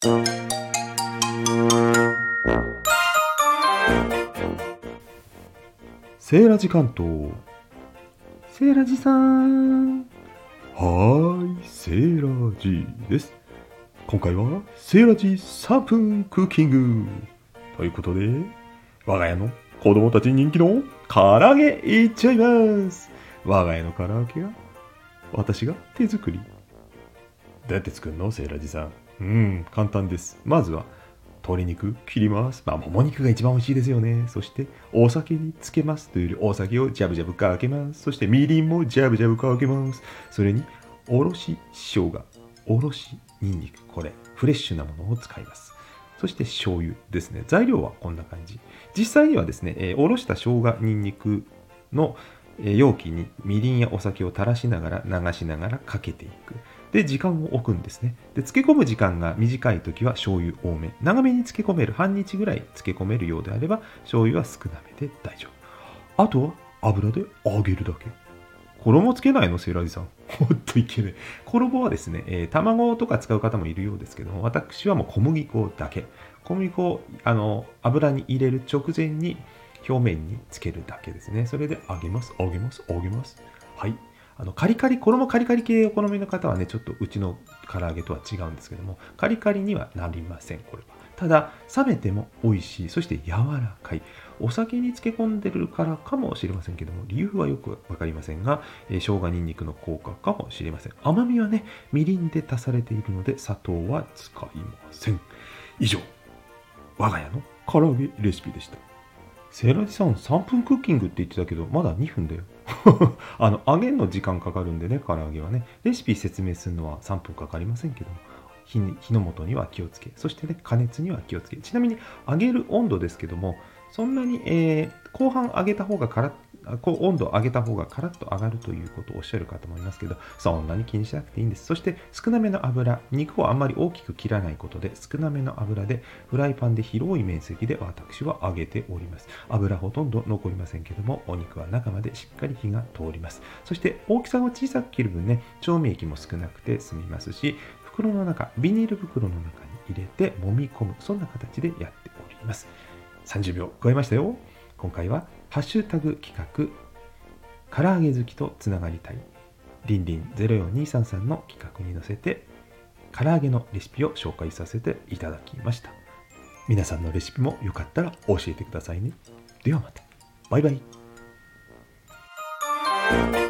セーラジ関東。セーラジさん。セーラジです。今回はセーラジ3分クッキングということで、我が家の子供たちに人気の唐揚げいっちゃいます。我が家の唐揚げは私が手作り。どうやって作るの、セーラジさん。簡単です。まずは鶏肉切ります。もも肉が一番美味しいですよね。そしてお酒につけます。というよりお酒をジャブジャブかけます。そしてみりんもジャブジャブかけます。それにおろし生姜、おろしニンニク、これフレッシュなものを使います。そして醤油ですね。材料はこんな感じ。実際にはですね、おろした生姜、ニンニクの容器にみりんやお酒を垂らしながら流しながらかけていく。で、時間を置くんですね。で、漬け込む時間が短いときは醤油多め。長めに漬け込める、半日ぐらい漬け込めるようであれば、醤油は少なめで大丈夫。あとは油で揚げるだけ。衣つけないの、セーラジさん。ほんといけない。衣はですね、卵とか使う方もいるようですけども、私はもう小麦粉だけ。小麦粉を油に入れる直前に表面につけるだけですね。それで揚げます、揚げます、揚げます。はい。カリカリ、衣カリカリ系お好みの方はね、ちょっとうちの唐揚げとは違うんですけども、カリカリにはなりません、これは。ただ、冷めても美味しい、そして柔らかい。お酒に漬け込んでるからかもしれませんけども、理由はよくわかりませんが、生姜ニンニクの効果かもしれません。甘みはね、みりんで足されているので、砂糖は使いません。以上、我が家の唐揚げレシピでした。セーラジさん、3分クッキングって言ってたけど、まだ2分だよ。揚げるの時間かかるんでね、唐揚げはね。レシピ説明するのは3分かかりませんけども、火の元には気をつけ、そしてね、加熱には気をつけ。ちなみに、揚げる温度ですけども、そんなに、後半揚げた方が温度を上げた方がカラッと上がるということをおっしゃる方もいますけど、そんなに気にしなくていいんです。そして少なめの油、肉をあんまり大きく切らないことで、少なめの油でフライパンで広い面積で私は揚げております。油ほとんど残りませんけども、お肉は中までしっかり火が通ります。そして大きさを小さく切る分ね、調味液も少なくて済みますし、袋の中、ビニール袋の中に入れて揉み込む、そんな形でやっております。30秒超えましたよ。今回はハッシュタグ企画、唐揚げ好きとつながりたい、りんりん04233の企画に乗せて、唐揚げのレシピを紹介させていただきました。皆さんのレシピもよかったら教えてくださいね。ではまた。バイバイ。